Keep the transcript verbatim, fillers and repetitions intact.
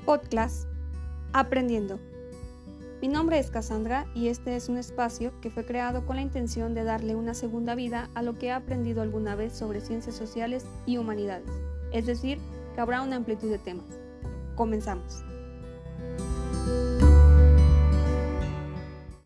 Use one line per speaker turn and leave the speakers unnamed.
Podcast Aprendiendo. Mi nombre es Cassandra y este es un espacio que fue creado con la intención de darle una segunda vida a lo que he aprendido alguna vez sobre ciencias sociales y humanidades, es decir, que habrá una amplitud de temas. Comenzamos.